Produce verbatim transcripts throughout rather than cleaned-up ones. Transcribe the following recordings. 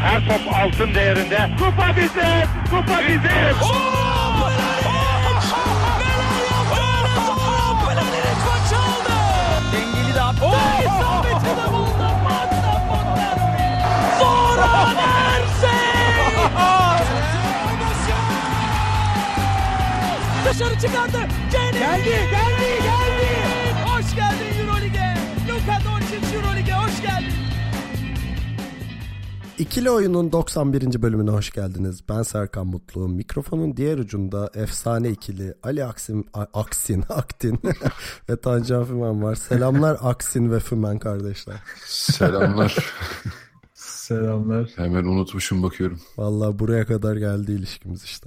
Her top altın değerinde. Kupa bizim, kupa bizim. Oh! Pjanic maçı aldı. Dengeli de attı. İsabeti de buldu. Magna Fontervi. Zoran Ersin. Dışarı çıkardı. Geldi, geldi, geldi. Hoş geldin Euroleague'e. Luka Doncic Euroleague'e hoş geldin. İkili Oyun'un doksan birinci bölümüne hoş geldiniz. Ben Serkan Mutlu. Mikrofonun diğer ucunda efsane ikili Ali Aksin, Aksin, Aktin ve Tancan Fümen var. Selamlar Aksin ve Fümen kardeşler. Selamlar. Selamlar. Hemen unutmuşum bakıyorum. Vallahi buraya kadar geldi ilişkimiz işte.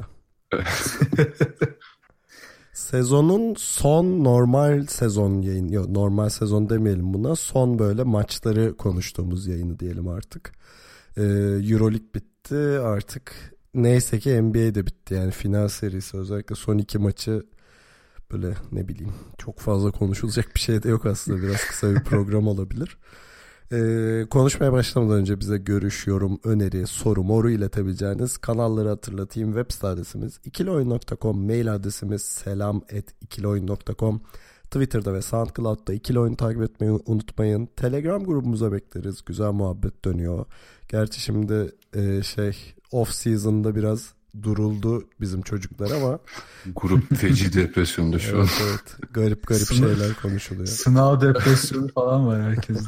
Sezonun son normal sezon yayın, yok normal sezon demeyelim buna, son böyle maçları konuştuğumuz yayını diyelim artık. Ee, Euroleague bitti artık, neyse ki N B A de bitti yani final serisi, özellikle son iki maçı böyle ne bileyim çok fazla konuşulacak bir şey de yok aslında, biraz kısa bir program olabilir. Ee, konuşmaya başlamadan önce bize görüş, yorum, öneri, soru, moru iletebileceğiniz kanalları hatırlatayım. Web site adresimiz ikilioyun nokta com, mail adresimiz selam at ikilioyun nokta com, Twitter'da ve SoundCloud'da İkilioyun'u takip etmeyi unutmayın. Telegram grubumuza bekleriz. Güzel muhabbet dönüyor. Gerçi şimdi e, şey off season'da biraz duruldu bizim çocuklar ama grup feci depresyonda şu evet, an. Evet. Garip garip Sınav, şeyler konuşuluyor. Sınav depresyonu falan var herkeste.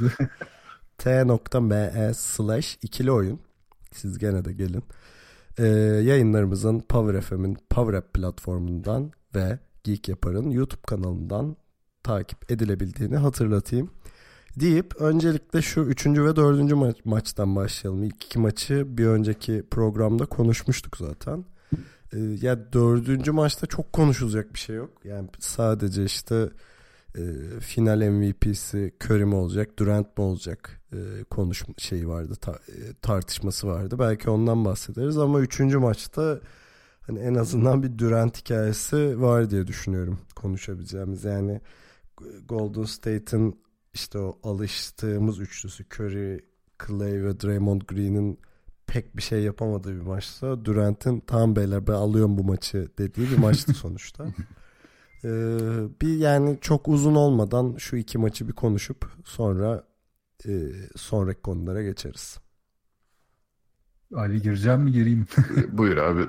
t.me slash ikili oyun. Siz gene de gelin. Ee, yayınlarımızın Power F M'in Power App platformundan ve Geek Yapar'ın YouTube kanalından takip edilebildiğini hatırlatayım. Deyip öncelikle şu üçüncü ve dördüncü ma- maçtan başlayalım. İlk iki maçı bir önceki programda konuşmuştuk zaten. Ee, ya dördüncü maçta çok konuşulacak bir şey yok. Yani sadece işte e, final M V P'si Curry mi olacak, Durant mi olacak e, konuşma şeyi vardı, ta- e, tartışması vardı. Belki ondan bahsederiz ama üçüncü maçta hani en azından bir Durant hikayesi var diye düşünüyorum konuşabileceğimiz. Yani Golden State'in işte o alıştığımız üçlüsü Curry, Clay ve Draymond Green'in pek bir şey yapamadığı bir maçta Durant'in tamam beyler ben alıyorum bu maçı dediği bir maçtı sonuçta. Ee, bir yani çok uzun olmadan şu iki maçı bir konuşup sonra e, sonraki konulara geçeriz. Ali gireceğim mi gireyim? Buyur abi.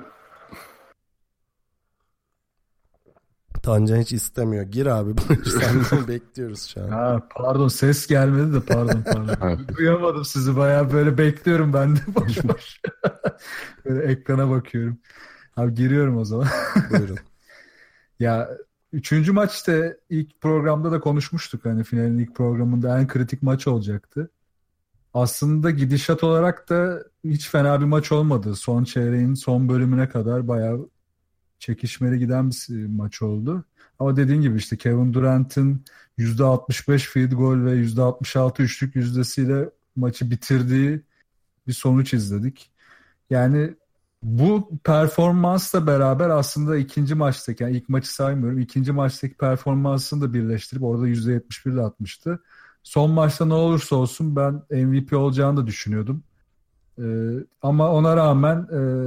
Tancan hiç istemiyor. Gir abi. Senden bekliyoruz şu an. Ha, pardon ses gelmedi de pardon pardon. Duyamadım sizi, bayağı böyle bekliyorum ben de boş boş. Böyle ekrana bakıyorum. Abi giriyorum o zaman. Buyurun. Ya üçüncü maç işte ilk programda da konuşmuştuk, hani finalin ilk programında en kritik maç olacaktı. Aslında gidişat olarak da hiç fena bir maç olmadı. Son çeyreğin son bölümüne kadar bayağı çekişmeli giden bir maç oldu. Ama dediğin gibi işte Kevin Durant'ın yüzde altmış beş field goal ve yüzde altmış altı üçlük yüzdesiyle maçı bitirdiği bir sonuç izledik. Yani bu performansla beraber aslında ikinci maçtaki, yani ilk maçı saymıyorum, ikinci maçtaki performansını da birleştirip orada yüzde yetmiş bir de atmıştı. Son maçta ne olursa olsun ben M V P olacağını da düşünüyordum. Ee, ama ona rağmen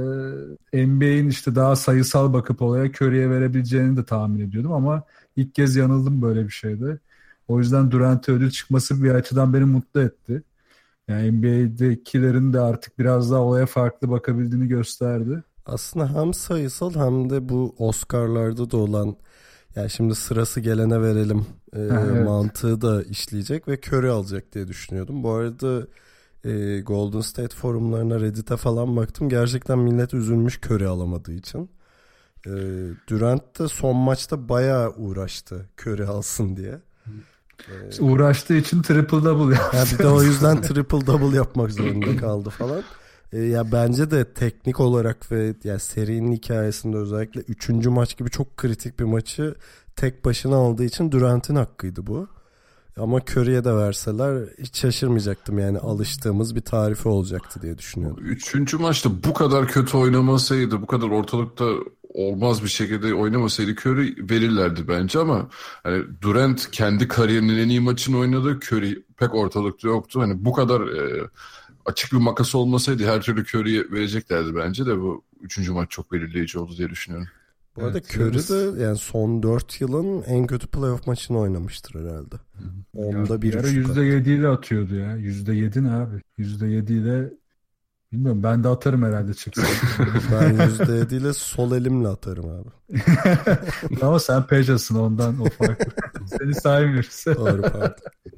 e, N B A'in işte daha sayısal bakıp olaya Curry'e verebileceğini de tahmin ediyordum ama ilk kez yanıldım böyle bir şeyde. O yüzden Durant'e ödül çıkması bir açıdan beni mutlu etti. Yani N B A'dekilerin de artık biraz daha olaya farklı bakabildiğini gösterdi. Aslında hem sayısal hem de bu Oscar'larda da olan, yani şimdi sırası gelene verelim e, ha, evet. mantığı da işleyecek ve Curry alacak diye düşünüyordum. Bu arada e, Golden State forumlarına, Reddit'e falan baktım. Gerçekten millet üzülmüş Curry alamadığı için. E, Durant da son maçta bayağı uğraştı Curry alsın diye. İşte uğraştığı için triple double yaptı. Yani bir de o yüzden triple double yapmak zorunda kaldı falan. E, ya bence de teknik olarak ve ya serinin hikayesinde özellikle üçüncü maç gibi çok kritik bir maçı tek başına aldığı için Durant'in hakkıydı bu. Ama Curry'e de verseler hiç şaşırmayacaktım, yani alıştığımız bir tarifi olacaktı diye düşünüyordum. Üçüncü maçta bu kadar kötü oynamasaydı, bu kadar ortalıkta olmaz bir şekilde oynamasaydı Curry verirlerdi bence ama hani Durant kendi kariyerinin en iyi maçını oynadı. Curry pek ortalıkta yoktu. Hani bu kadar e, açık bir makas olmasaydı her türlü Curry'ye vereceklerdi bence de bu üçüncü maç çok belirleyici oldu diye düşünüyorum. Bu arada Evet, Curry evet. de yani son dört yılın en kötü playoff maçını oynamıştır herhalde. Onda bir bir ara buçuk yüzde yediyle atıyordu ya. yüzde yedi ne abi? yüzde yediyle bilmiyorum, ben de atarım herhalde çıksın. Ben yüzde yediyle sol elimle atarım abi. Ama sen Pejas'ın, ondan o farklı. Seni saymıyoruz. Doğru, pardon.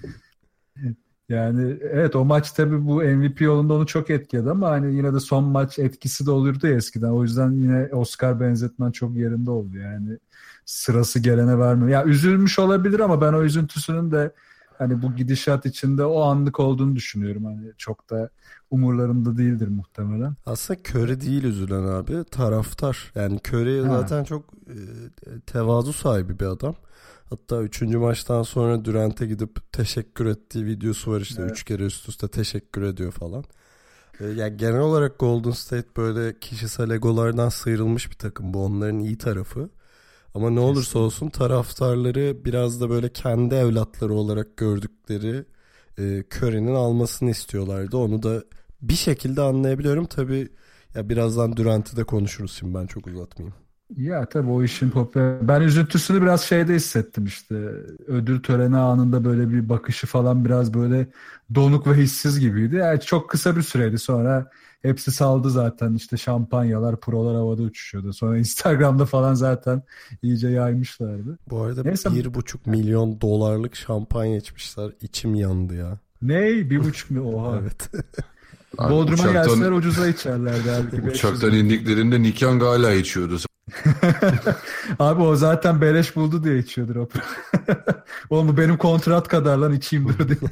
Yani evet, o maç tabii bu M V P yolunda onu çok etkiledi ama hani yine de son maç etkisi de olurdu ya eskiden. O yüzden yine Oscar benzetmen çok yerinde oldu yani. Sırası gelene vermiyor. Ya üzülmüş olabilir ama ben o üzüntüsünün de hani bu gidişat içinde o anlık olduğunu düşünüyorum. Hani çok da umurlarında değildir muhtemelen. Aslında Curry değil üzülen abi, taraftar. Yani Curry Ha. zaten çok e, tevazu sahibi bir adam. Hatta üçüncü maçtan sonra Durant'e gidip teşekkür ettiği videosu var işte. Evet. Üç kere üst üste teşekkür ediyor falan. E, yani genel olarak Golden State böyle kişisel egolardan sıyrılmış bir takım. Bu onların iyi tarafı. Ama ne olursa Kesinlikle. olsun taraftarları biraz da böyle kendi evlatları olarak gördükleri e, Curry'nin almasını istiyorlardı. Onu da bir şekilde anlayabiliyorum. Tabii ya birazdan Durant'ı da konuşuruz, şimdi ben çok uzatmayayım. Ya tabii o işin popüler. Ben üzüntüsünü biraz şeyde hissettim işte. Ödül töreni anında böyle bir bakışı falan biraz böyle donuk ve hissiz gibiydi. Yani çok kısa bir süreydi, sonra hepsi saldı zaten, işte şampanyalar, prolar havada uçuşuyordu. Sonra Instagram'da falan zaten iyice yaymışlardı. Bu arada Neyse. bir buçuk milyon dolarlık şampanya içmişler. İçim yandı ya. Ney? Bir buçuk mu? Oha. Evet. Abi Bodrum'a uçaktan- gelseler ucuza içerlerdi. Halbuki beş yüz Uçaktan bin. indiklerinde Nikang hala içiyordu. Abi o zaten beleş buldu diye içiyordur o. Oğlum bu benim kontrat kadar lan, içeyim dur diye.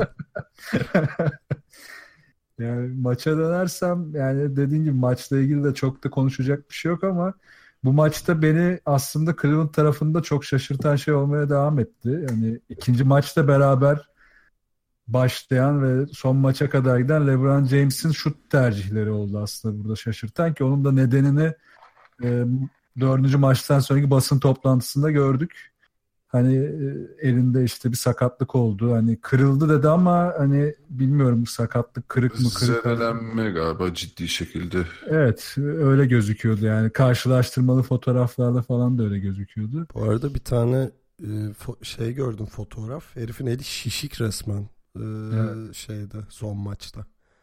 Yani maça dönersem, yani dediğim gibi maçla ilgili de çok da konuşacak bir şey yok ama bu maçta beni aslında Cleveland tarafında çok şaşırtan şey olmaya devam etti. Yani ikinci maçta beraber başlayan ve son maça kadar giden LeBron James'in şut tercihleri oldu aslında burada şaşırtan, ki onun da nedenini e, dördüncü maçtan sonraki basın toplantısında gördük. Hani e, elinde işte bir sakatlık oldu. Hani kırıldı dedi ama hani bilmiyorum, sakatlık kırık mı kırık. Zedelenme galiba ciddi şekilde. Evet, öyle gözüküyordu yani. Karşılaştırmalı fotoğraflarda falan da öyle gözüküyordu. Bu arada bir tane e, fo- şey gördüm, fotoğraf. Herifin eli şişik resmen. E, Evet. şeyde son maçta.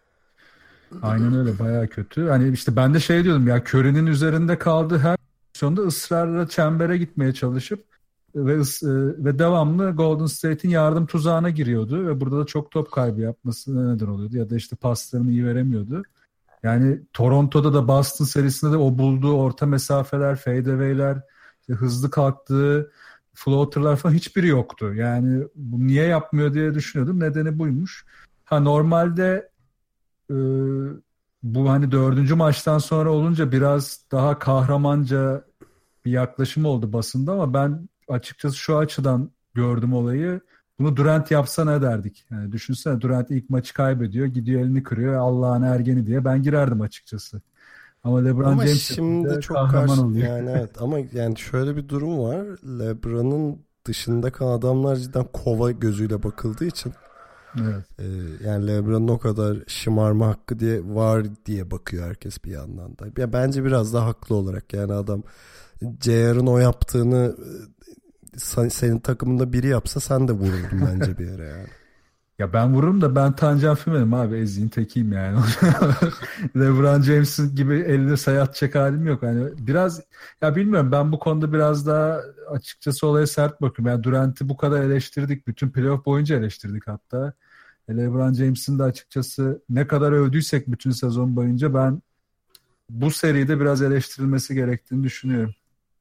Aynen öyle, bayağı kötü. Hani işte ben de şey diyordum ya, Curry'nin üzerinde kaldığı her pozisyonda ısrarla çembere gitmeye çalışıp ve ıs- ve devamlı Golden State'in yardım tuzağına giriyordu ve burada da çok top kaybı yapmasına neden oluyordu ya da işte paslarını iyi veremiyordu. Yani Toronto'da da Boston serisinde de o bulduğu orta mesafeler, fadeaway'ler, işte hızlı kalktığı floater'lar falan hiçbiri yoktu. Yani bu niye yapmıyor diye düşünüyordum. Nedeni buymuş. Ha normalde e, bu hani dördüncü maçtan sonra olunca biraz daha kahramanca bir yaklaşım oldu basında ama ben açıkçası şu açıdan gördüm olayı. Bunu Durant yapsa ne derdik? Yani düşünsene, Durant ilk maçı kaybediyor, gidiyor elini kırıyor, Allah'ın ergeni diye ben girerdim açıkçası. Ama LeBron Ama James şimdi yapınca çok kahraman karşı oluyor. yani evet, ama yani şöyle bir durum var. LeBron'un dışında kalan adamlar cidden kova gözüyle bakıldığı için Evet. e, yani LeBron'un o kadar şımarma hakkı diye var diye bakıyor herkes bir yandan da. Ya bence biraz da haklı olarak, yani adam J R'ın o yaptığını e, sen- senin takımında biri yapsa sen de vururdun bence bir yere yani. Ya ben vururum da ben Tancan Fümen'im abi, eziyim tekiyim yani. LeBron James'in gibi eline sayı atacak halim yok. Yani biraz ya bilmiyorum, ben bu konuda biraz daha açıkçası olaya sert bakıyorum. Yani Durant'i bu kadar eleştirdik. Bütün playoff boyunca eleştirdik hatta. E, LeBron James'in de açıkçası ne kadar övdüysek bütün sezon boyunca ben bu seride biraz eleştirilmesi gerektiğini düşünüyorum.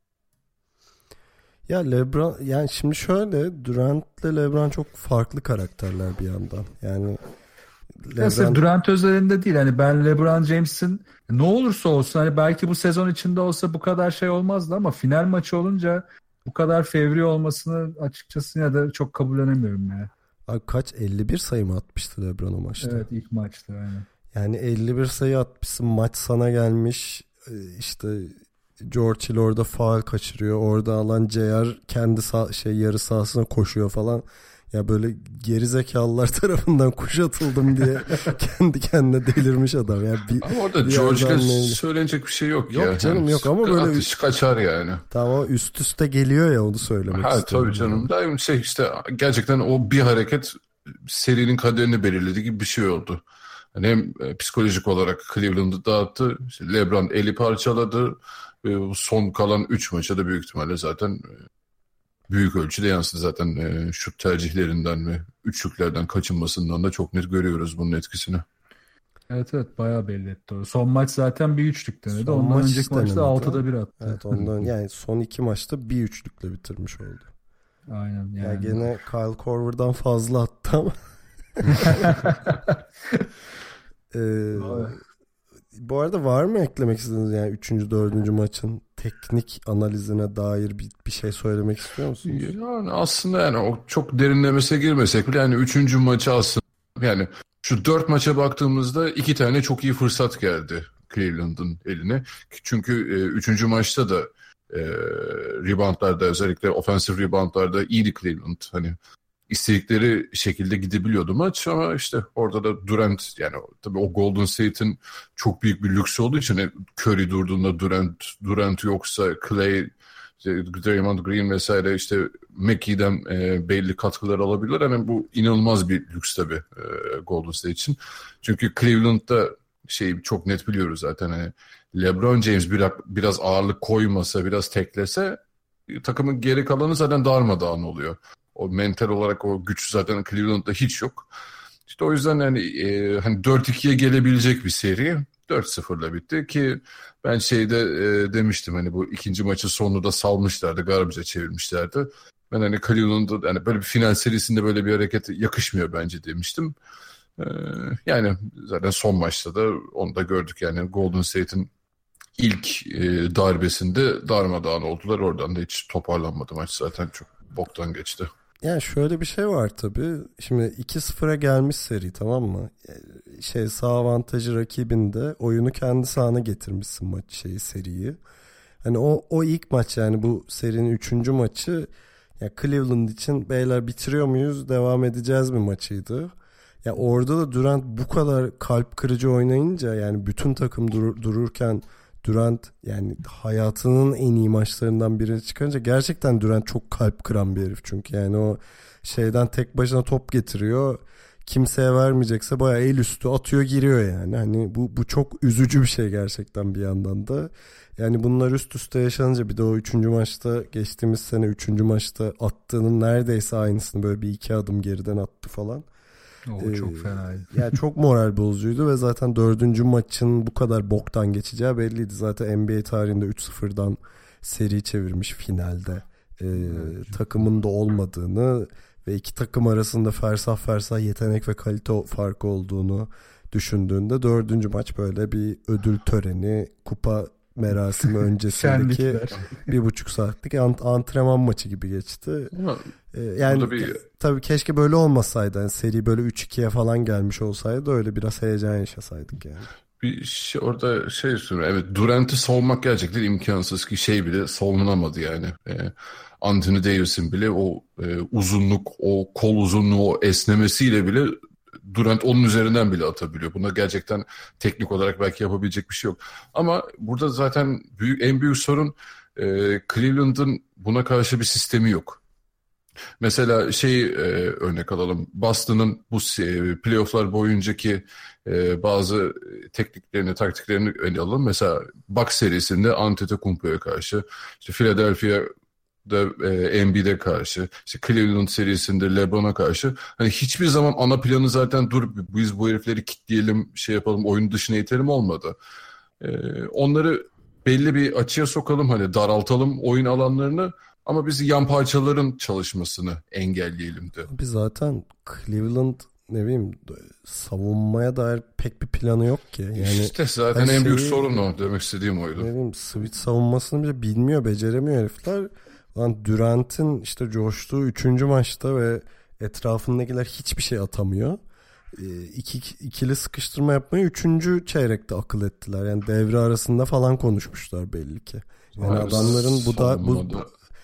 Ya LeBron, yani şimdi şöyle, Durant'le LeBron çok farklı karakterler bir yandan. Yani Ya sırf LeBron Durant özelinde değil. Hani ben LeBron James'in ne olursa olsun, hani belki bu sezon içinde olsa bu kadar şey olmazdı ama final maçı olunca bu kadar fevri olmasını açıkçası ya da çok kabullenemiyorum ya. Abi kaç elli bir sayı mı atmıştı LeBron o maçta? Evet, ilk maçta aynen. Yani elli bir sayı atmışsın, maç sana gelmiş, işte George Hill orada faul kaçırıyor, orada alan J R kendi sağ, şey yarı sahasına koşuyor falan. Ya böyle gerizekalılar tarafından kuşatıldım diye kendi kendine delirmiş adam. Yani bir, ama orada bir George'la yandan... söylenecek bir şey yok, yok ya. Yok canım yani, yok ama böyle atış kaçar yani. Tamam, üst üste geliyor ya, onu söylemek ha, istiyorum. tabii canım. Daim şey işte gerçekten o bir hareket serinin kaderini belirledi gibi bir şey oldu. Yani hem psikolojik olarak Cleveland'ı dağıttı. İşte LeBron eli parçaladı. Son kalan üç maça da büyük ihtimalle zaten büyük ölçüde yansıdı. Zaten şut tercihlerinden ve üçlüklerden kaçınmasından da çok net görüyoruz bunun etkisini. Evet evet, bayağı belli etti o. Son maç zaten bir üçlük denedi. Son Ondan maç önceki maçta altıda bir attı. Evet, ondan yani son iki maçta bir üçlükle bitirmiş oldu. Aynen yani. Ya gene Kyle Korver'dan fazla attı ama. ee, bu arada var mı eklemek istediğiniz yani üçüncü dördüncü maçın teknik analizine dair bir, bir şey söylemek istiyor musunuz? Yani aslında yani o çok derinlemesine girmesek bile yani üçüncü maçı aslında yani şu dört maça baktığımızda iki tane çok iyi fırsat geldi Cleveland'ın eline. Çünkü e, üçüncü maçta da e, reboundlarda, özellikle offensive reboundlarda iyiydi Cleveland. Hani istedikleri şekilde gidebiliyordu maç ama işte orada da Durant, yani tabii o Golden State'in çok büyük bir lüksü olduğu için Curry durduğunda Durant, Durant yoksa Clay, işte Draymond Green vesaire, işte Mackey'den e, belli katkılar alabilirler. Yani bu inanılmaz bir lüks tabii e, Golden State için. Çünkü Cleveland'da şey çok net biliyoruz zaten, hani LeBron James biraz, biraz ağırlık koymasa, biraz teklese takımın geri kalanı zaten darmadağın oluyor. O mental olarak o güç zaten Cleveland'da hiç yok. İşte o yüzden yani e, hani dört ikiye gelebilecek bir seri dört sıfırla bitti ki ben şeyde e, demiştim, hani bu ikinci maçın sonunu da salmışlardı, garbage'a çevirmişlerdi. Ben hani Cleveland'da yani böyle bir final serisinde böyle bir hareket yakışmıyor bence demiştim. E, yani zaten son maçta da onu da gördük, yani Golden State'in ilk e, darbesinde darmadağın oldular. Oradan da hiç toparlanmadı maç, zaten çok boktan geçti. Yani şöyle bir şey var tabii. Şimdi iki sıfıra gelmiş seri, tamam mı? Şey, sağ avantajı rakibinde, oyunu kendi sahana getirmişsin maç şeyi seriyi. Hani o o ilk maç, yani bu serinin üçüncü maçı ya Cleveland için beyler bitiriyor muyuz, devam edeceğiz mi maçıydı. Ya orada da Durant bu kadar kalp kırıcı oynayınca, yani bütün takım dur, dururken Durant yani hayatının en iyi maçlarından birini çıkarınca, gerçekten Durant çok kalp kıran bir herif çünkü yani o şeyden tek başına top getiriyor, kimseye vermeyecekse bayağı el üstü atıyor, giriyor yani. Hani bu bu çok üzücü bir şey gerçekten bir yandan da. Yani bunlar üst üste yaşanınca, bir de o üçüncü maçta, geçtiğimiz sene üçüncü maçta attığının neredeyse aynısını böyle bir iki adım geriden attı falan. O ee, çok fenaydı. Yani çok moral bozucuydu ve zaten dördüncü maçın bu kadar boktan geçeceği belliydi. Zaten N B A tarihinde üç sıfırdan seri çevirmiş finalde. Ee, evet. Takımın da olmadığını ve iki takım arasında fersah fersah yetenek ve kalite farkı olduğunu düşündüğünde dördüncü maç böyle bir ödül töreni, kupa merasimi öncesindeki bir buçuk saatlik antrenman maçı gibi geçti. Ee, yani bir... tabii keşke böyle olmasaydı. Yani seri böyle üç ikiye falan gelmiş olsaydı, öyle biraz heyecan yaşasaydık yani. Bir şey, orada şey söylüyorum. Evet, Durant'ı savunmak gerçekten imkansız ki şey bile savunulamadı yani. Ee, Anthony Davis'in bile o e, uzunluk, o kol uzunluğu, o esnemesiyle bile Durant onun üzerinden bile atabiliyor. Buna gerçekten teknik olarak belki yapabilecek bir şey yok. Ama burada zaten büyük, en büyük sorun e, Cleveland'ın buna karşı bir sistemi yok. Mesela şey e, örnek alalım. Boston'ın bu e, playofflar boyuncaki e, bazı tekniklerini, taktiklerini ele alalım. Mesela Bucks serisinde Antetokounmpo'ya karşı, işte Philadelphia'da e, Embiid'e karşı, işte Cleveland serisinde LeBron'a karşı. Hani hiçbir zaman ana planı zaten dur biz bu herifleri kitleyelim, şey yapalım, oyun dışına itelim olmadı. E, onları belli bir açıya sokalım, hani daraltalım oyun alanlarını. Ama biz yan parçaların çalışmasını engelleyelim de. Biz zaten Cleveland ne bileyim savunmaya dair pek bir planı yok ki. Yani işte zaten en büyük sorun o, demek istediğim oydu. Ne bileyim switch savunmasını bile bilmiyor, beceremiyor herifler. Lan Durant'in işte coştuğu üçüncü maçta ve etrafındakiler hiçbir şey atamıyor. İki, ikili sıkıştırma yapmayı üçüncü çeyrekte akıl ettiler. Yani devre arasında falan konuşmuşlar belli ki. Yani adamların bu da bu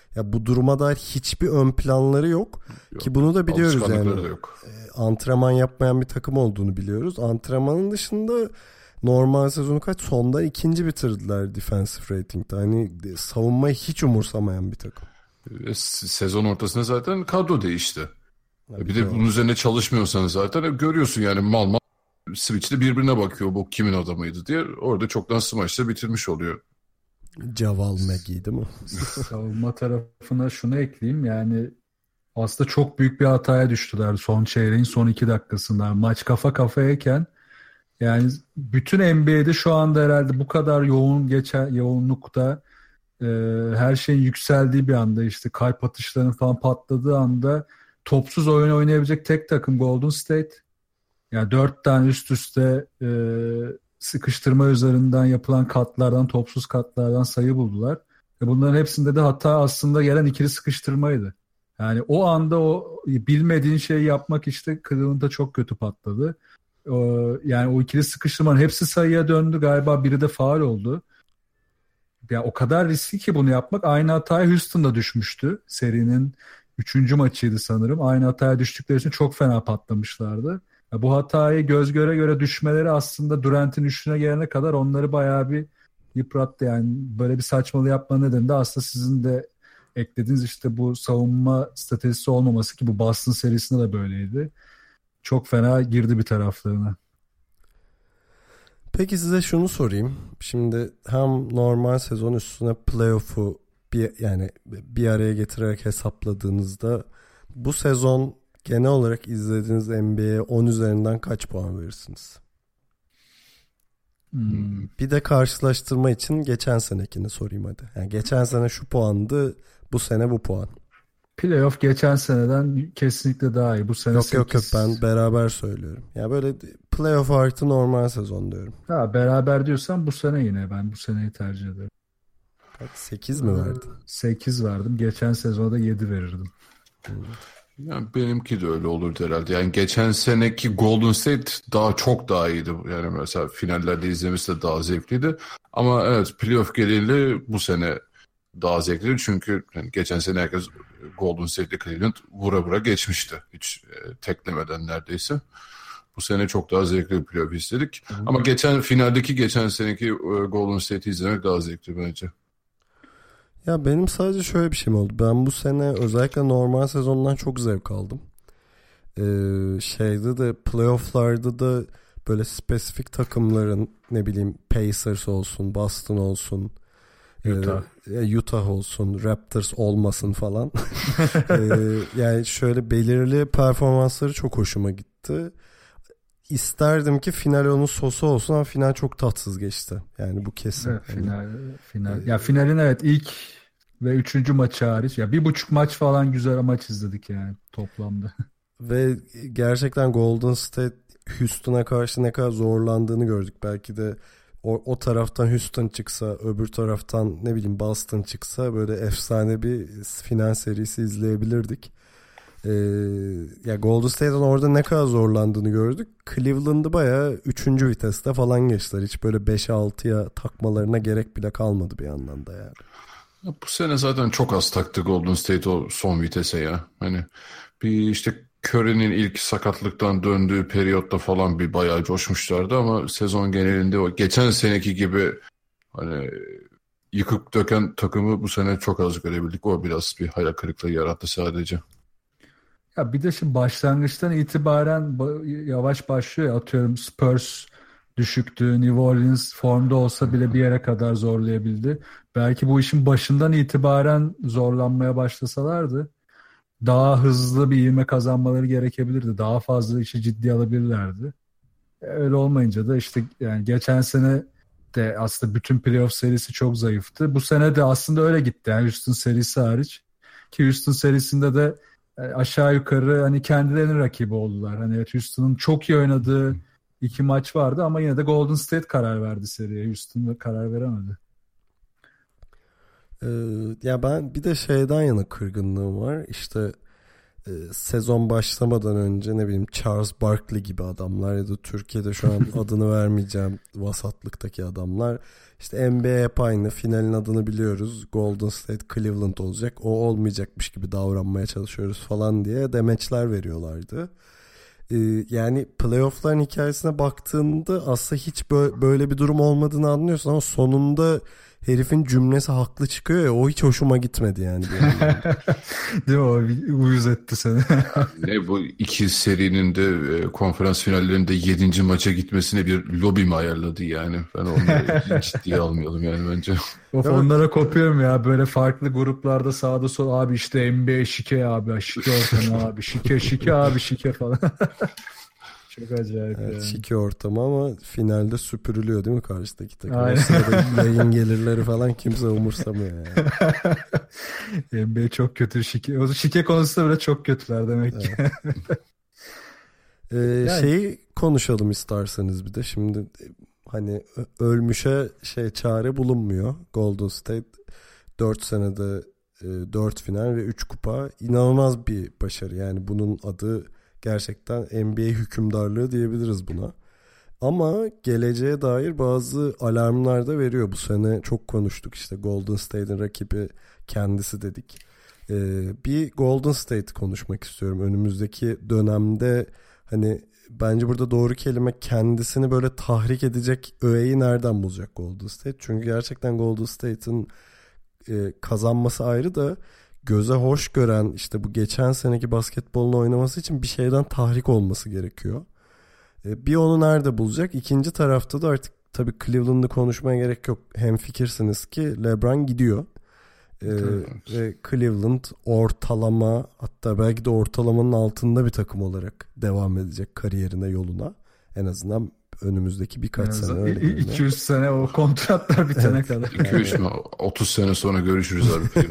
Ya bu duruma dair hiçbir ön planları yok, yok. Ki bunu da biliyoruz yani. Da yok. E, antrenman yapmayan bir takım olduğunu biliyoruz. Antrenmanın dışında normal sezonu kaç? Sonda ikinci bitirdiler defensive rating'de. Hani savunmayı hiç umursamayan bir takım. E, sezon ortasında zaten kadro değişti. Ya bir de bunun üzerine çalışmıyorsanız zaten görüyorsun yani mal mal switch'te birbirine bakıyor bu kimin adamıydı diye. Orada çoktan smaçla bitirmiş oluyor. Caval Maggie değil mi? Savunma tarafına şunu ekleyeyim, yani aslında çok büyük bir hataya düştüler son çeyreğin son iki dakikasında. Maç kafa kafayayken, yani bütün N B A'de şu anda herhalde bu kadar yoğun geçen yoğunlukta e, her şeyin yükseldiği bir anda, işte kalp atışlarının falan patladığı anda topsuz oyun oynayabilecek tek takım Golden State. Yani dört tane üst üste e, sıkıştırma üzerinden yapılan katlardan, topsuz katlardan sayı buldular. Ve bunların hepsinde de hata aslında gelen ikili sıkıştırmaydı. Yani o anda o bilmediğin şeyi yapmak işte Cleveland'da çok kötü patladı. E, yani o ikili sıkıştırmanın hepsi sayıya döndü. Galiba biri de faul oldu. Yani o kadar riskli ki bunu yapmak. Aynı hataya Houston'da düşmüştü. Serinin üçüncü maçıydı sanırım. Aynı hataya düştükleri için çok fena patlamışlardı. Bu hatayı göz göre göre düşmeleri aslında Durant'in üçlüğüne gelene kadar onları bayağı bir yıprattı. Yani böyle bir saçmalığı yapma nedeni de aslında sizin de eklediğiniz işte bu savunma stratejisi olmaması, ki bu Boston serisinde de böyleydi. Çok fena girdi bir taraflarına. Peki size şunu sorayım. Şimdi hem normal sezon üstüne playoff'u bir, yani bir araya getirerek hesapladığınızda bu sezon genel olarak izlediğiniz N B A'ye on üzerinden kaç puan verirsiniz? Hmm. Bir de karşılaştırma için geçen senekini sorayım hadi. Yani geçen sene şu puandı, bu sene bu puan. Playoff geçen seneden kesinlikle daha iyi. Bu sene yok sekiz... yok yok ben beraber söylüyorum. Ya yani böyle playoff artı normal sezon diyorum. Ha, beraber diyorsan bu sene yine ben bu seneyi tercih ederim. Bak sekiz mi verdin? sekiz verdim. Geçen sezonda yedi verirdim. Hmm. Yani benimki de öyle olurdu herhalde. Yani geçen seneki Golden State daha çok daha iyiydi. Yani mesela finallerde izlemesi de daha zevkliydi. Ama evet, playoff geleli bu sene daha zevkliydi. Çünkü yani geçen sene herkes Golden State'le Cleveland vura vura geçmişti. Hiç e, teklemeden neredeyse. Bu sene çok daha zevkli bir playoff izledik. Hı. Ama geçen finaldeki geçen seneki e, Golden State'i izlemek daha zevkli bence. Ya benim sadece şöyle bir şeyim oldu. Ben bu sene özellikle normal sezondan çok zevk aldım. Ee, şeyde de playoff'larda da böyle spesifik takımların, ne bileyim Pacers olsun, Boston olsun, Utah, e, Utah olsun, Raptors olmasın falan. ee, yani şöyle belirli performansları çok hoşuma gitti. İsterdim ki final onun sosu olsun ama final çok tatsız geçti. Yani bu kesin. Evet, final, final. Ya finalin evet ilk ve üçüncü maçı hariç. Ya bir buçuk maç falan güzel maç izledik yani toplamda. Ve gerçekten Golden State Houston'a karşı ne kadar zorlandığını gördük. Belki de o, o taraftan Houston çıksa, öbür taraftan ne bileyim Boston çıksa böyle efsane bir final serisi izleyebilirdik. Ee, ya Golden State'in orada ne kadar zorlandığını gördük. Cleveland'ı bayağı üçüncü viteste falan geçtiler. Hiç böyle beşe altıya takmalarına gerek bile kalmadı bir yandan da yani. Ya bu sene zaten çok az taktı Golden State o son vitese ya. Hani bir işte Curry'nin ilk sakatlıktan döndüğü periyotta falan bir bayağı coşmuşlardı ama sezon genelinde o geçen seneki gibi hani yıkıp döken takımı bu sene çok az görebildik. O biraz bir hayal kırıklığı yarattı sadece. Ya bir de şimdi başlangıçtan itibaren yavaş başlıyor. Atıyorum Spurs düşüktü. New Orleans formda olsa bile bir yere kadar zorlayabildi. Belki bu işin başından itibaren zorlanmaya başlasalardı daha hızlı bir ivme kazanmaları gerekebilirdi. Daha fazla işi ciddiye alabilirlerdi. Öyle olmayınca da işte yani geçen sene de aslında bütün playoff serisi çok zayıftı. Bu sene de aslında öyle gitti. Yani Houston serisi hariç. Ki Houston serisinde de aşağı yukarı hani kendilerinin rakibi oldular. Hani evet, Houston'ın çok iyi oynadığı iki maç vardı ama yine de Golden State karar verdi seriye. Houston karar veremedi. Ee, ya ben bir de şeyden yana kırgınlığım var. İşte e, sezon başlamadan önce ne bileyim Charles Barkley gibi adamlar ya da Türkiye'de şu an adını vermeyeceğim vasatlıktaki adamlar işte N B A hep aynı, finalin adını biliyoruz, Golden State Cleveland olacak, o olmayacakmış gibi davranmaya çalışıyoruz falan diye demeçler veriyorlardı. Yani playoff'ların hikayesine baktığında aslında hiç böyle bir durum olmadığını anlıyorsun ama sonunda herifin cümlesi haklı çıkıyor ya, o hiç hoşuma gitmedi yani. Değil mi, o uyuz etti seni. Ne bu iki serinin de konferans finallerinde yedinci maça gitmesine bir lobi mi ayarladı yani? Ben onları hiç ciddiye almayalım yani bence. Of, onlara kopuyorum ya, böyle farklı gruplarda sağda sol abi işte N B A şike abi, şike ortamı abi, şike şike abi şike falan. Çok acayip evet, yani. Şike ortamı ama finalde süpürülüyor değil mi karşıdaki takım? Aynen. O sırada yayın gelirleri falan kimse umursamıyor yani. N B A çok kötü şike. O şike konusunda bile çok kötüler demek ki. Evet. ee, yani. Şeyi konuşalım isterseniz bir de. Şimdi hani ölmüşe şey çare bulunmuyor. Golden State dört senede dört final ve üç kupa. İnanılmaz bir başarı. Yani bunun adı gerçekten N B A hükümdarlığı diyebiliriz buna. Ama geleceğe dair bazı alarmlar da veriyor. Bu sene çok konuştuk, işte Golden State'in rakibi kendisi dedik. Ee, bir Golden State konuşmak istiyorum. Önümüzdeki dönemde hani bence burada doğru kelime, kendisini böyle tahrik edecek öğeyi nereden bulacak Golden State? Çünkü gerçekten Golden State'in e, kazanması ayrı da göze hoş gören, işte bu geçen seneki basketbolunu oynaması için bir şeyden tahrik olması gerekiyor. Bir onu nerede bulacak? İkinci tarafta da artık tabii Cleveland'ı konuşmaya gerek yok. Hemfikirsiniz ki LeBron gidiyor. Ee, ve Cleveland ortalama, hatta belki de ortalamanın altında bir takım olarak devam edecek kariyerine, yoluna. En azından önümüzdeki birkaç yani sene öyle. iki yüz sene o kontratlar bitene evet. kadar. iki üç mü? otuz sene sonra görüşürüz abi.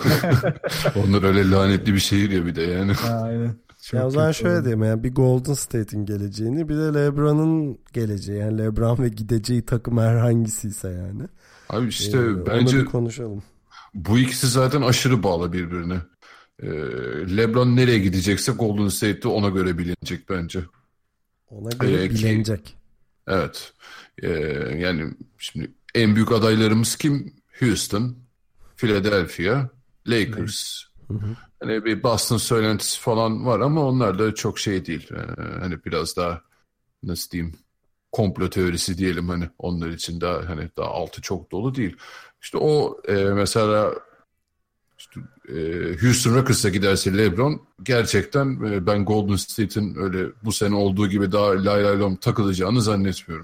Onlar öyle lanetli bir şehir ya bir de yani. Aynen. Ya o zaman şöyle olur. diyeyim, yani bir Golden State'in geleceğini, bir de LeBron'un geleceği, yani LeBron ve gideceği takım herhangisiyse yani. Abi işte ee, bence konuşalım. Bu ikisi zaten aşırı bağlı birbirine. Ee, LeBron nereye gidecekse Golden State'de ona göre bilinecek bence. Ona göre ee, bilinecek. Ki, evet. Ee, yani şimdi en büyük adaylarımız kim? Houston, Philadelphia, Lakers. Hı hı. Hani bir Boston söylentisi falan var ama onlar da çok şey değil. Ee, hani biraz daha nasıl diyeyim, komplo teorisi diyelim, hani onlar için daha hani daha altı çok dolu değil. İşte o e, mesela işte, e, Houston Rockets'a giderse LeBron, gerçekten e, ben Golden State'in öyle bu sene olduğu gibi daha lay lay lom takılacağını zannetmiyorum.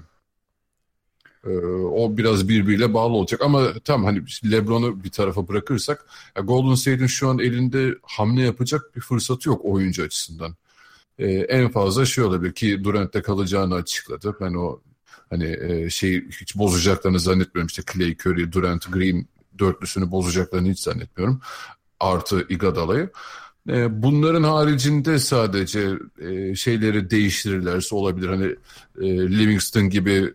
E, o biraz birbiriyle bağlı olacak ama tam hani LeBron'u bir tarafa bırakırsak, ya Golden State'in şu an elinde hamle yapacak bir fırsatı yok oyuncu açısından. E, en fazla şey olabilir ki Durant'te kalacağını açıkladı. Ben o hani e, şeyi hiç bozacaklarını zannetmiyorum. İşte Clay, Curry, Durant, Green dörtlüsünü bozacaklarını hiç zannetmiyorum. Artı Iguodala'yı. E, bunların haricinde sadece e, şeyleri değiştirirlerse olabilir. Hani e, Livingston gibi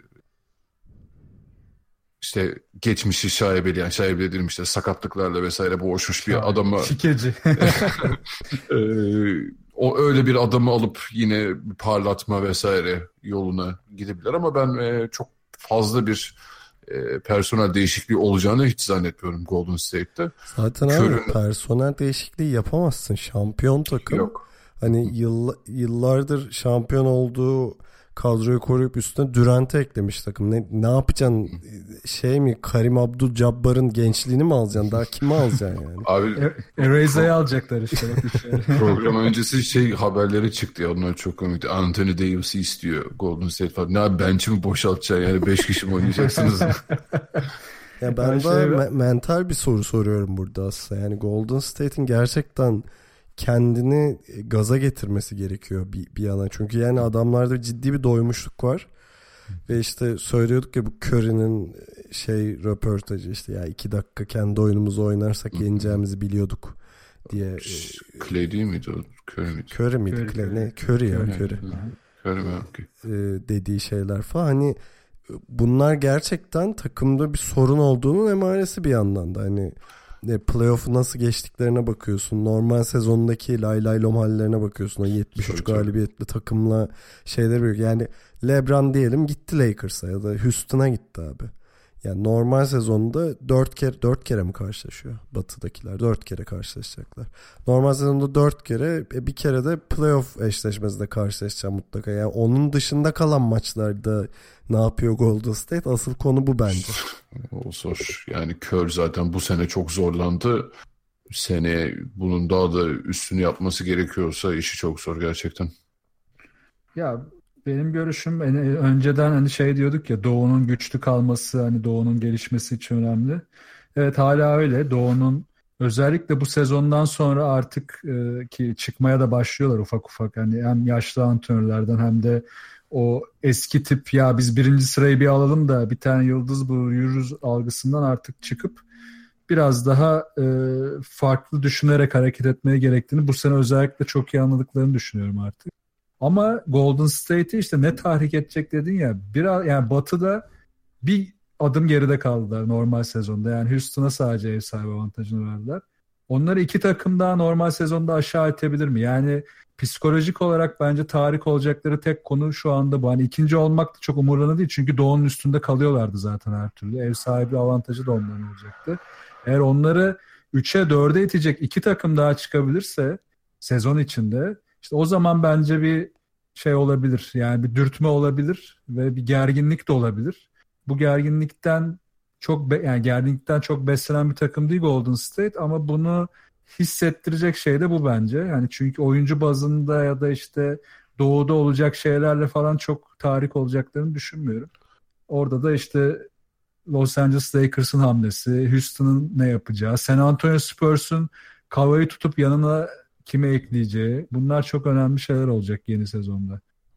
işte geçmişi şaibeli, yani şaibeli dediğim işte sakatlıklarla vesaire boğuşmuş bir adama. Şikeci. e, O öyle bir adamı alıp yine parlatma vesaire yoluna gidebilir ama ben e, çok fazla bir e, personel değişikliği olacağını hiç zannetmiyorum Golden State'te. Zaten Körün... abi personel değişikliği yapamazsın. Şampiyon takım. Yok. Hani yıll- yıllardır şampiyon olduğu kadroyu koruyup üstüne Durant'ı eklemiş takım. Ne, ne yapacaksın? Şey mi? Karim Abdul-Jabbar'ın gençliğini mi alacaksın? Daha kimi alacaksın yani? Abi Erase'yi alacaklar işte. Program öncesi şey haberleri çıktı ya, onlar çok komikti. Anthony Davis'i istiyor Golden State falan. Ne abi, bench'i mi boşaltacaksın yani? Beş kişi mi oynayacaksınız? Ya ben de şey me- mental bir soru soruyorum burada aslında. Yani Golden State'in gerçekten kendini gaza getirmesi gerekiyor bir, bir yana. Çünkü yani adamlarda ciddi bir doymuşluk var. Ve işte söylüyorduk ya bu Curry'nin şey röportajı, işte ya iki dakika kendi oyunumuzu oynarsak yeneceğimizi biliyorduk diye. Clay değil miydi o? Curry miydi? Curry miydi? Curry, Clay. Ne? Curry ya Curry. Curry. Curry mi? Okay. Ee, dediği şeyler falan. Hani bunlar gerçekten takımda bir sorun olduğunun emaresi bir yandan da. Hani e, playoff'u nasıl geçtiklerine bakıyorsun. Normal sezondaki lay lay lom hallerine bakıyorsun. O yetmiş üç Tabii, galibiyetli takımla şeyler büyük. Yani LeBron diyelim gitti Lakers'a ya da Houston'a gitti abi. Yani normal sezonda dört kere dört kere mi karşılaşıyor Batı'dakiler? dört kere karşılaşacaklar. Normal sezonda dört kere, bir kere de playoff eşleşmesinde karşılaşacağım mutlaka. Yani onun dışında kalan maçlarda ne yapıyor Golden State? Asıl konu bu bence. O zor. Yani Kör zaten bu sene çok zorlandı. Seneye bunun daha da üstünü yapması gerekiyorsa işi çok zor gerçekten. Ya benim görüşüm hani önceden hani şey diyorduk ya, Doğu'nun güçlü kalması, hani Doğu'nun gelişmesi için önemli. Evet, hala öyle. Doğu'nun özellikle bu sezondan sonra artık e, ki çıkmaya da başlıyorlar ufak ufak. Hani hem yaşlı antrenörlerden hem de o eski tip ya biz birinci sırayı bir alalım da bir tane yıldız buluruz algısından artık çıkıp biraz daha e, farklı düşünerek hareket etmeye gerektiğini bu sene özellikle çok iyi anladıklarını düşünüyorum artık. Ama Golden State'i işte ne tahrik edecek dedin ya, biraz yani Batı'da bir adım geride kaldılar normal sezonda. Yani Houston'a sadece ev sahibi avantajını verdiler. Onları iki takım daha normal sezonda aşağı itebilir mi? Yani psikolojik olarak bence tahrik olacakları tek konu şu anda bu. Hani ikinci olmak da çok umurlarında değil. Çünkü Doğu'nun üstünde kalıyorlardı zaten her türlü. Ev sahibi avantajı da onların olacaktı. Eğer onları üçe dörde itecek iki takım daha çıkabilirse sezon içinde, İşte o zaman bence bir şey olabilir. Yani bir dürtme olabilir ve bir gerginlik de olabilir. Bu gerginlikten çok be, yani gerginlikten çok beslenen bir takım değil Golden State, ama bunu hissettirecek şey de bu bence. Yani çünkü oyuncu bazında ya da işte doğuda olacak şeylerle falan çok tahrik olacaklarını düşünmüyorum. Orada da işte Los Angeles Lakers'ın hamlesi, Houston'ın ne yapacağı, San Antonio Spurs'un Kawhi'yi tutup yanına kime ekleyeceği, bunlar çok önemli şeyler olacak yeni sezonda.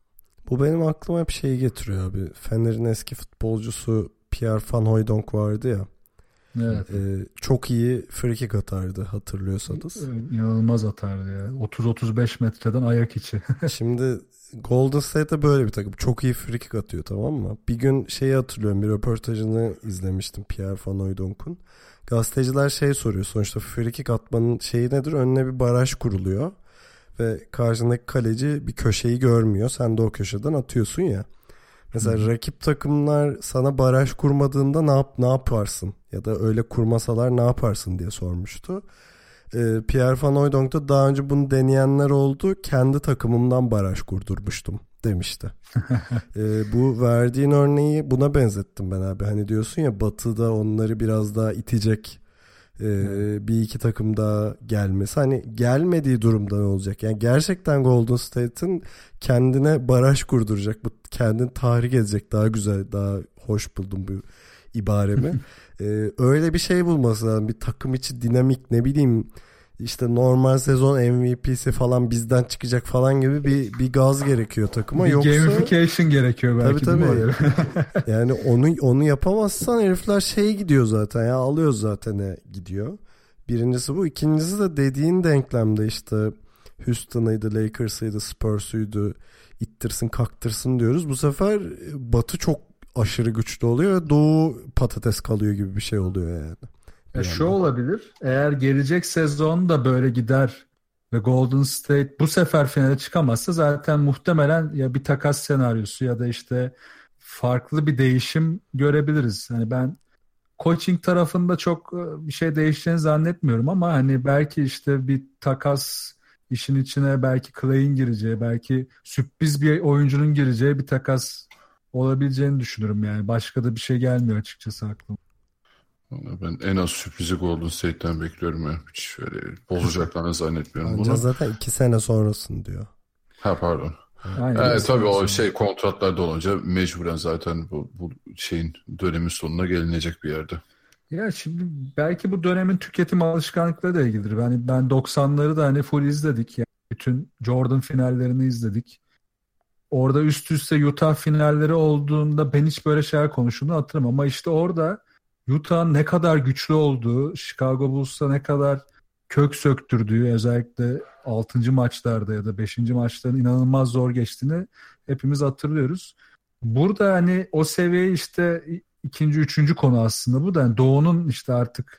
Bu benim aklıma hep şeyi getiriyor abi. Fener'in eski futbolcusu Pierre Van Hooijdonk vardı ya. Evet. E, çok iyi free kick atardı hatırlıyorsanız. İnanılmaz atardı ya. otuz otuz beş metreden ayak içi. Şimdi Golden State'de böyle bir takım. Çok iyi free kick atıyor, tamam mı? Bir gün şeyi hatırlıyorum, bir röportajını izlemiştim Pierre Van Hooijdonk'un. Gazeteciler şey soruyor, sonuçta free kick atmanın şeyi nedir? Önüne bir baraj kuruluyor ve karşındaki kaleci bir köşeyi görmüyor. Sen de o köşeden atıyorsun ya. Mesela hmm. rakip takımlar sana baraj kurmadığında ne yap ne yaparsın? Ya da öyle kurmasalar ne yaparsın diye sormuştu. Ee, Pierre Van Hooijdonk'ta daha önce bunu deneyenler oldu. Kendi takımımdan baraj kurdurmuştum demişti. ee, bu verdiğin örneği buna benzettim ben abi. Hani diyorsun ya, Batı'da onları biraz daha itecek e, bir iki takım daha gelmesi. Hani gelmediği durumda ne olacak? Yani gerçekten Golden State'in kendine baraj kurduracak. Bu kendini tahrik edecek. Daha güzel, daha hoş buldum bu ibaremi. ee, öyle bir şey bulması lazım. Bir takım içi dinamik, ne bileyim işte normal sezon M V P'si falan bizden çıkacak falan gibi bir bir gaz gerekiyor takıma. Bir yoksa gamification gerekiyor belki. Tabii tabii. Yani onu onu yapamazsan herifler şey gidiyor zaten ya, alıyor zaten e, gidiyor. Birincisi bu. İkincisi de dediğin denklemde işte Houston'ıydı, Lakers'ıydı, Spurs'uydu, ittirsin kaktırsın diyoruz. Bu sefer Batı çok aşırı güçlü oluyor ve Doğu patates kalıyor gibi bir şey oluyor yani. Ya şu olabilir. Eğer gelecek sezon da böyle gider ve Golden State bu sefer finale çıkamazsa zaten muhtemelen ya bir takas senaryosu ya da işte farklı bir değişim görebiliriz. Hani ben coaching tarafında çok bir şey değişeceğini zannetmiyorum, ama hani belki işte bir takas işin içine, belki Clay'in gireceği, belki sürpriz bir oyuncunun gireceği bir takas olabileceğini düşünürüm yani. Başka da bir şey gelmiyor açıkçası aklıma. Ben en az sürprizi Golden State'ten bekliyorum ya. Hiç öyle bozacaklarını zannetmiyorum Anca bunu. zaten iki sene sonrasın diyor. Ha pardon. Aynen. Evet, tabii o şey kontratlarda olunca mecburen zaten bu, bu şeyin dönemin sonuna gelinecek bir yerde. Ya şimdi belki bu dönemin tüketim alışkanlıkları da ilgilidir. Yani ben doksanları da hani full izledik. Yani bütün Jordan finallerini izledik. Orada üst üste Utah finalleri olduğunda ben hiç böyle şeyler konuştuğunu hatırlamam. Ama işte orada Utah'ın ne kadar güçlü olduğu, Chicago Bulls'a ne kadar kök söktürdüğü, özellikle altıncı maçlarda ya da beşinci maçların inanılmaz zor geçtiğini hepimiz hatırlıyoruz. Burada hani o seviye işte ikinci, üçüncü konu aslında bu da. Yani Doğu'nun işte artık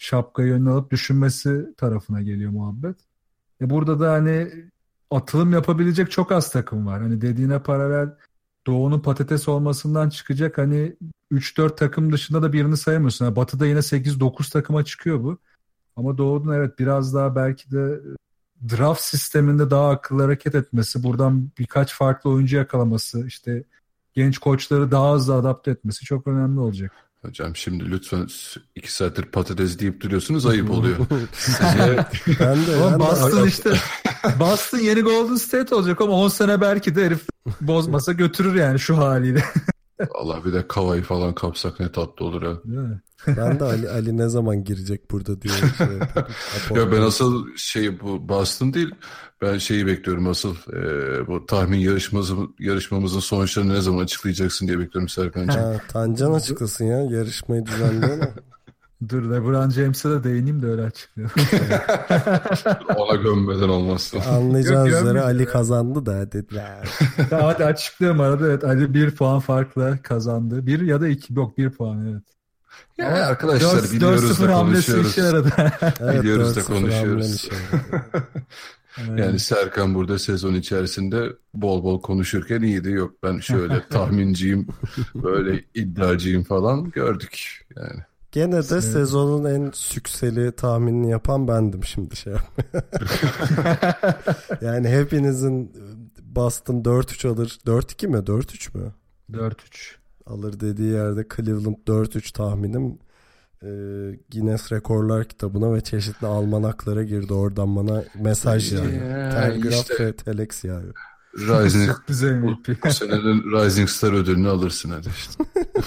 şapkayı önüne alıp düşünmesi tarafına geliyor muhabbet. E burada da hani atılım yapabilecek çok az takım var. Hani dediğine paralel Doğu'nun patates olmasından çıkacak hani üç dört takım dışında da birini sayamıyorsun. Yani Batı'da yine sekiz dokuz takıma çıkıyor bu. Ama Doğu'nun evet biraz daha belki de draft sisteminde daha akıllı hareket etmesi, buradan birkaç farklı oyuncu yakalaması, işte genç koçları daha hızlı adapte etmesi çok önemli olacak. Hocam şimdi lütfen iki saattir patates deyip duruyorsunuz, ayıp oluyor. Size... ben de, Ama ben Boston de... işte Boston yeni Golden State olacak ama on sene belki de herif bozmasa götürür yani şu haliyle. Allah bir de Kava'yı falan kapsak ne tatlı olur ha. Değil mi? Ben de Ali, Ali ne zaman girecek burada diye şey ya ben asıl şey bu Boston değil, ben şeyi bekliyorum asıl e, bu tahmin yarışması, yarışmamızın sonuçlarını ne zaman açıklayacaksın diye bekliyorum Serkan'cığım. Ha, Tancan açıklasın ya yarışmayı düzenliyor ama. Dur LeBron James'e de değineyim de öyle açıklayalım. Ona gömmeden olmazsa. Anlayacağınız Yok, üzere gömmüyor Ali ya. kazandı da dediler. Tamam, hadi açıklıyorum arada. Evet, Ali bir puan farkla kazandı. Bir ya da iki, yok bir puan evet. Ya Ama arkadaşlar dört- dört biliyoruz sıfır da hamlesi konuşuyoruz. işe yaradı. Evet, Biliyoruz da dört sıfır konuşuyoruz. hamlen işe yaradı. Yani Serkan burada sezon içerisinde bol bol konuşurken iyiydi. Yok ben şöyle tahminciyim, böyle iddiacıyım falan gördük yani. Gene de Evet. sezonun en sükseli tahminini yapan bendim şimdi şey yapmaya. Yani hepinizin Boston dört üç alır. dört iki mi? dört üç mü? dört üç. Alır dediği yerde Cleveland dört üç tahminim e, Guinness Rekorlar kitabına ve çeşitli almanaklara girdi. Oradan bana mesaj yağıyor. Ya, Telgraf işte. ve telex yağıyor. Rising, Sürpriz M bu, V P. bu senenin Rising Star ödülünü alırsın hadi işte.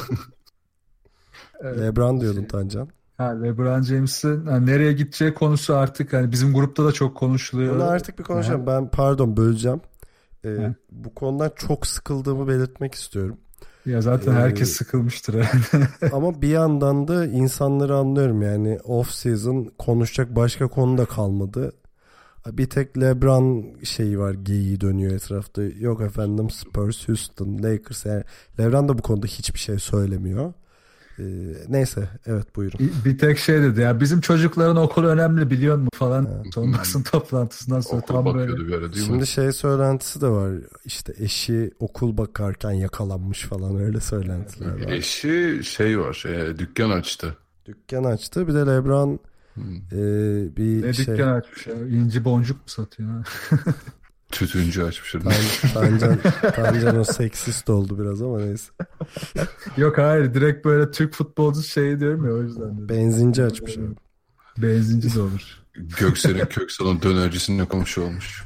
Evet. LeBron diyordun Tancan. Ha, LeBron James'in yani nereye gideceği konusu artık hani bizim grupta da çok konuşuluyor. Bunu artık bir konuşalım. Ben pardon böleceğim. Ee, Hı. bu konudan çok sıkıldığımı belirtmek istiyorum. Ya zaten Ee, herkes sıkılmıştır yani. Ama bir yandan da insanları anlıyorum yani off season konuşacak başka konu da kalmadı. Bir tek LeBron şeyi var, geyiği dönüyor etrafta. Yok efendim Spurs, Houston, Lakers. Yani LeBron da bu konuda hiçbir şey söylemiyor. Ee, neyse evet buyurun. Bir, bir tek şey dedi ya bizim çocukların okulu önemli biliyor musun falan. Ha. Son basın toplantısından sonra Okul tam bakıyordu böyle. bir ara değil Şimdi mi? şey söylentisi de var. İşte eşi okul bakarken yakalanmış falan öyle söylentiler var. Eşi şey var, e, dükkan açtı. Dükkan açtı. Bir de LeBron Hmm. e, bir Ne şey... dükkan açmış ya. İnci boncuk mu satıyor ha? Tütüncü açmış. Tan, Tancan, Tancan o seksist oldu biraz ama neyse. Yok hayır direkt böyle Türk futbolcusu şey diyorum ya o yüzden dedim. Benzinci açmış abi. Benzinci de olur. Göksel'in Köksal'ın dönercisinde komşu olmuş.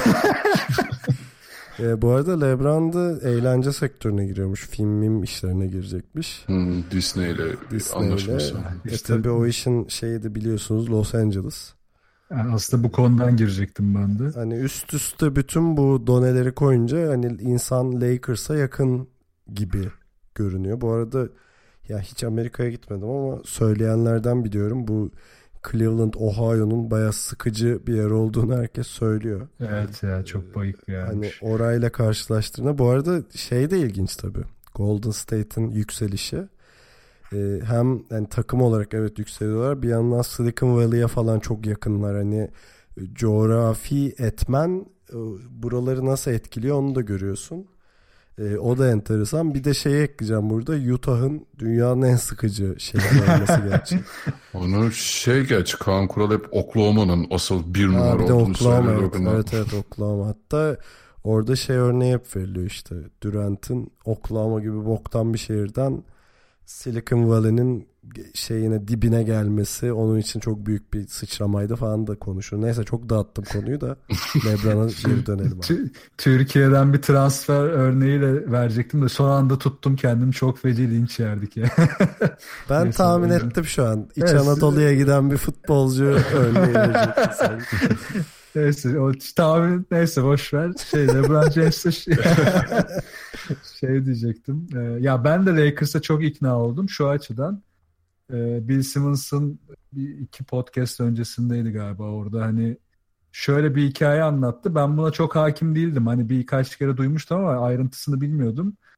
E, bu arada LeBron da eğlence sektörüne giriyormuş. Film mim işlerine girecekmiş. Hmm, Disney ile Disney ile. anlaşması. E İşte- tabi o işin şeyi de biliyorsunuz Los Angeles. Yani aslında bu konudan girecektim ben de. Hani üst üste bütün bu doneleri koyunca hani insan Lakers'a yakın gibi görünüyor. Bu arada ya hiç Amerika'ya gitmedim ama söyleyenlerden biliyorum bu Cleveland, Ohio'nun bayağı sıkıcı bir yer olduğunu herkes söylüyor. Evet ya çok bayık bir Hani yermiş. orayla karşılaştığında bu arada şey de ilginç tabii. Golden State'in yükselişi. Ee, hem yani takım olarak evet yükseliyorlar. Bir yandan Silicon Valley'e falan çok yakınlar. Hani coğrafi etmen e, buraları nasıl etkiliyor onu da görüyorsun. E, o da enteresan. Bir de şeyi ekleyeceğim burada. Utah'ın dünyanın en sıkıcı şehri olması gerçek. Onu şey geç Kaan Kural hep Oklahoma'nın asıl bir Ha, numara bir de olduğunu Oklahoma söylüyor. evet, evet evet Oklahoma. Hatta orada şey örneği hep veriliyor işte. Durant'ın Oklahoma gibi boktan bir şehirden Silicon Valley'nin şeyine dibine gelmesi onun için çok büyük bir sıçramaydı falan da konuşuyor. Neyse çok dağıttım konuyu da LeBron'a geri dönelim abi. T- Türkiye'den bir transfer örneğiyle verecektim de son anda tuttum kendimi çok feci linç yerdik ya. Ben Neyse, tahmin buyurun. ettim şu an. İç Evet, Anadolu'ya giden bir futbolcu örneği verecektin sen. Neyse o tahmin neyse boş ver. Şey LeBron James'e şey, şey diyecektim. Ee, ya ben de Lakers'a çok ikna oldum şu açıdan. Ee, Bill Simmons'ın bir iki podcast öncesindeydi galiba orada hani şöyle bir hikaye anlattı. Ben buna çok hakim değildim. Hani birkaç kere duymuştum ama ayrıntısını bilmiyordum.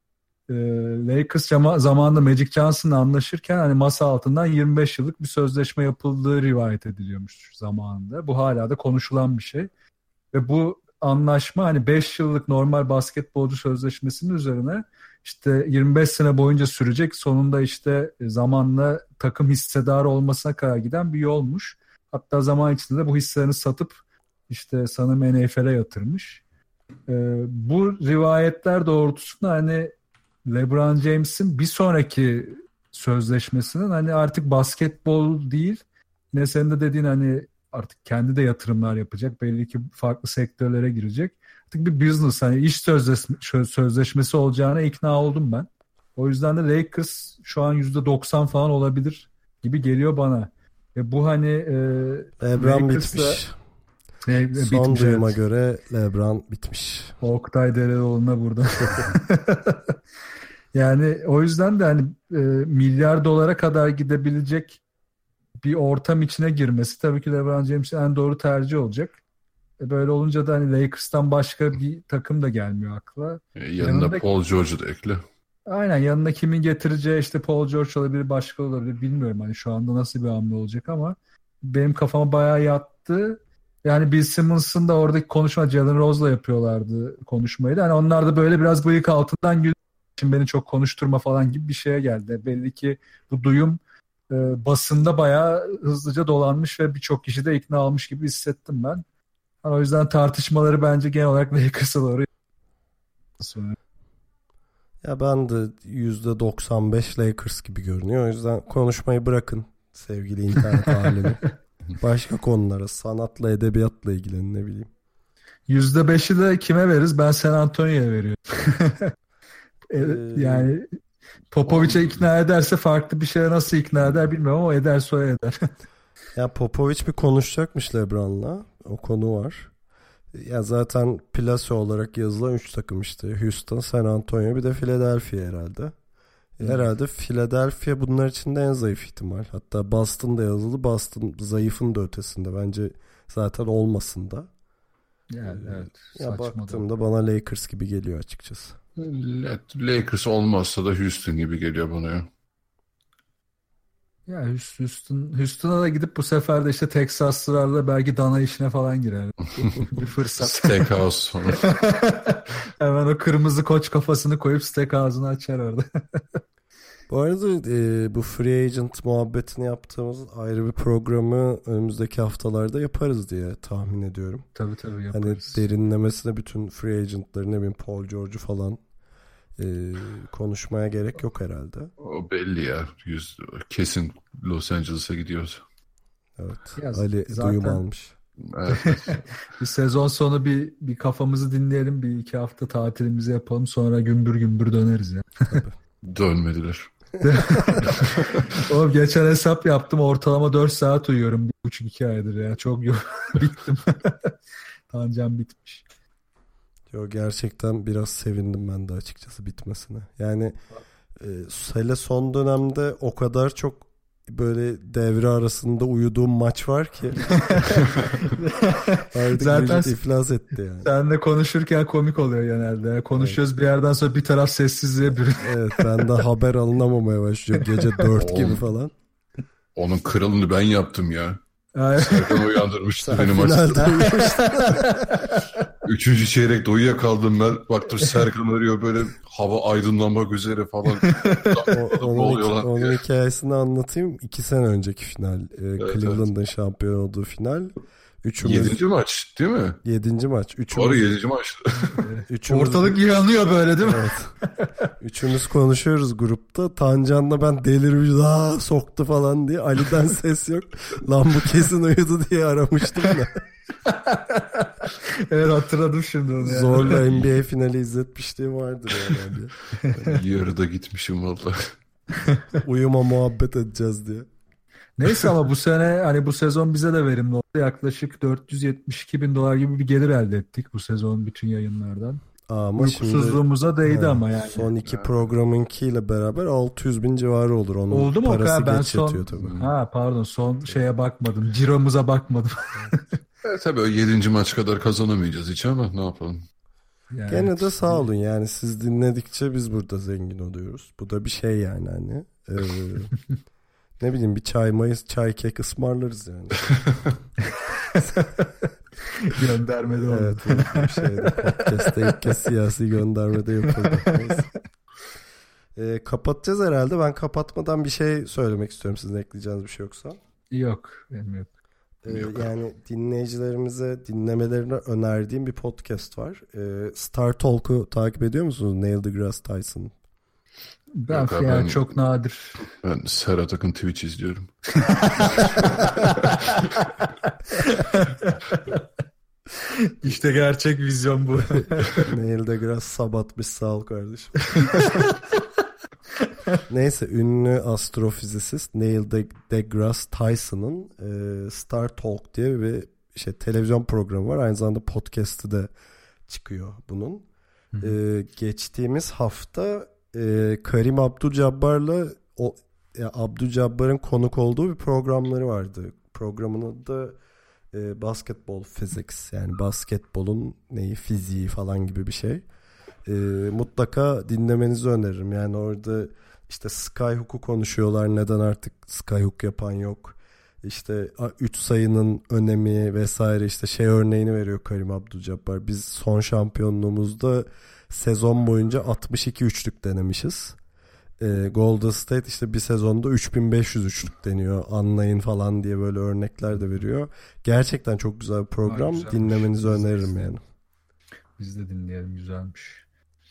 e, Lakers zama, zamanında Magic Johnson'la anlaşırken hani masa altından yirmi beş yıllık bir sözleşme yapıldığı rivayet ediliyormuş zamanında. Bu hala da konuşulan bir şey. Ve bu anlaşma hani beş yıllık normal basketbolcu sözleşmesinin üzerine işte yirmi beş sene boyunca sürecek, sonunda işte zamanla takım hissedarı olmasına kadar giden bir yolmuş. Hatta zaman içinde bu hisselerini satıp işte sanırım N F L'e yatırmış. Ee, bu rivayetler doğrultusunda hani LeBron James'in bir sonraki sözleşmesinin hani artık basketbol değil, ne senin de dediğin hani artık kendi de yatırımlar yapacak. Belli ki farklı sektörlere girecek. Artık bir business, hani iş sözleşme, sözleşmesi olacağına ikna oldum ben. O yüzden de Lakers şu an yüzde doksan falan olabilir gibi geliyor bana. E bu hani e, LeBron bitmiş. Ne, Son bitmiş, duyuma evet. göre LeBron bitmiş. Oktay Dereoğlu'na burada. Yani o yüzden de hani e, milyar dolara kadar gidebilecek bir ortam içine girmesi tabii ki LeBron James'in en doğru tercih olacak. E böyle olunca da hani Lakers'tan başka bir takım da gelmiyor akla. E, yanına Yanında- Paul George'u da ekle. Aynen, yanına kimin getireceği işte Paul George olabilir, başka olabilir, bilmiyorum hani şu anda nasıl bir hamle olacak ama benim kafama bayağı yattı. Yani Bill Simmons'ın da oradaki konuşma, Jalen Rose'la yapıyorlardı konuşmayı da. Hani onlar da böyle biraz bıyık altından gülüyor. Şimdi beni çok konuşturma falan gibi bir şeye geldi. Belli ki bu duyum e, basında bayağı hızlıca dolanmış ve birçok kişi de ikna almış gibi hissettim ben. Yani o yüzden tartışmaları bence genel olarak Lakers'a doğru. Ya ben de yüzde doksan beş Lakers gibi görünüyor. O yüzden konuşmayı bırakın sevgili internet alemi. Başka konulara, sanatla, edebiyatla ilgilenin, ne bileyim. yüzde beşi de kime veririz? Ben San Antonio'ya veriyorum. Evet, yani Popovic'e ikna ederse farklı bir şeye nasıl ikna eder bilmiyorum ama ederse o eder. Ya Popovic bir konuşacakmış LeBron'la. O konu var. Ya zaten plase olarak yazılan üç takım işte. Houston, San Antonio, bir de Philadelphia herhalde. Hmm. Herhalde Philadelphia bunlar içinde en zayıf ihtimal. Hatta Boston'da yazılı. Boston zayıfın da ötesinde. Bence zaten olmasın da. Yani evet. Ya Saçma da. baktığımda bana Lakers gibi geliyor açıkçası. Lakers olmazsa da Houston gibi geliyor bana ya. Ya Houston, Houston'a da gidip bu sefer de işte Texaslılarla belki dana işine falan girer. Bir fırsat. Steakhouse falan. Hemen o kırmızı koç kafasını koyup steakhouse'unu açar orada. Bu arada e, bu free agent muhabbetini yaptığımız ayrı bir programı önümüzdeki haftalarda yaparız diye tahmin ediyorum. Tabii tabii Hani yaparız. derinlemesine bütün free agentları, ne bileyim Paul George'u falan e, konuşmaya gerek yok herhalde. O belli ya. Yüz, kesin Los Angeles'a gidiyoruz. Evet. Ya Ali zaten- duyum almış. Evet. Bir sezon sonu bir bir kafamızı dinleyelim, bir iki hafta tatilimizi yapalım, sonra gümbür gümbür döneriz ya. Dönmediler. Oğlum geçen hesap yaptım, ortalama dört saat uyuyorum bir buçuk iki aydır ya, çok yok. Bittim. Tancam bitmiş. Yo, gerçekten biraz sevindim ben de açıkçası bitmesine. Yani e, hele son dönemde o kadar çok böyle devre arasında uyuduğum maç var ki artık Zaten vücut iflas etti yani. seninle konuşurken komik oluyor genelde. Yani konuşuyoruz, bir yerden sonra bir taraf sessizliğe bürünüyor. Evet, ben de haber alınamamaya başlıyor gece dört gibi Oğlum. falan. Onun kralını ben yaptım ya. Ay. Serkan uyandırmıştı beni Finalde maçta. uyumuştum. Üçüncü çeyrekte uyuyakaldım ben. Baktım Serkan arıyor, böyle hava aydınlanmak üzere falan. O- Ne onun, oluyor hik- lan onun diye. hikayesini anlatayım. İki sene önceki final. Ee, Cleveland'ın şampiyon olduğu final. Üçümüz, Yedinci maç değil mi? yedinci maç. Doğru, Üçümüz, yedinci maç. üçümüz, Ortalık yanıyor böyle değil mi? Evet. Üçümüz konuşuyoruz grupta. Tancan'la ben delirmiş, aa soktu falan diye. Ali'den ses yok. Lan bu kesin uyudu diye aramıştım da. Evet, hatırladım şimdi onu ya. Zorla N B A finali izletmişliğim vardır yani. Yarıda gitmişim valla. Uyuma muhabbet edeceğiz diye. Neyse ama bu sene hani bu sezon bize de verimli oldu. Yaklaşık dört yüz yetmiş iki bin dolar gibi bir gelir elde ettik bu sezon bütün yayınlardan. Ama şimdi Uykusuzluğumuza değdi ha, ama yani. son iki programınkiyle beraber altı yüz bin civarı olur. Onun Oldu mu o parası kadar? Ben geç son yatıyor tabii. ha pardon son şeye bakmadım. Ciromuza bakmadım. E, tabii o yedinci maç kadar kazanamayacağız hiç ama ne yapalım. Yani Gene de sağ olun yani siz dinledikçe biz burada zengin oluyoruz. Bu da bir şey yani hani. Ee, ne bileyim bir çay mayıs çay kek ısmarlarız yani. Göndermede oldu. Evet bir şeyde podcast'te ilk kez siyasi göndermede yapıldı. Ee, kapatacağız herhalde. Ben kapatmadan bir şey söylemek istiyorum. Sizin ekleyeceğiniz bir şey yoksa. Yok benim yok. Ee, yani dinleyicilerimize dinlemelerini önerdiğim bir podcast var. Ee, Star Talk'u takip ediyor musunuz? Neil deGrasse Tyson. Ben, Yok abi, yani ben- çok nadir. Ben Serhat Akın Twitch izliyorum. İşte gerçek vizyon bu. Neil deGrasse sabatmış sağ ol kardeşim. Neyse ünlü astrofizisist Neil de- deGrasse Tyson'ın e, Star Talk diye bir şey televizyon programı var. Aynı zamanda podcast'ı da çıkıyor bunun. E, geçtiğimiz hafta e, Karim Abdul-Jabbar'la o ya Abdul-Jabbar'ın konuk olduğu bir programları vardı. Programın adı e, Basketball Physics, yani basketbolun neyi fiziği falan gibi bir şey. E, mutlaka dinlemenizi öneririm. Yani orada işte skyhook'u konuşuyorlar. Neden artık skyhook yapan yok? İşte üç sayının önemi vesaire, işte şey örneğini veriyor Karim Abdul-Jabbar. Biz son şampiyonluğumuzda sezon boyunca altmış iki üçlük denemişiz. Ee, Golden State işte bir sezonda üç bin beş yüz üçlük deniyor. Anlayın falan diye böyle örnekler de veriyor. Gerçekten çok güzel bir program. güzelmiş. Dinlemenizi Biz de öneririm izleyelim. yani. Biz de dinleyelim, güzelmiş.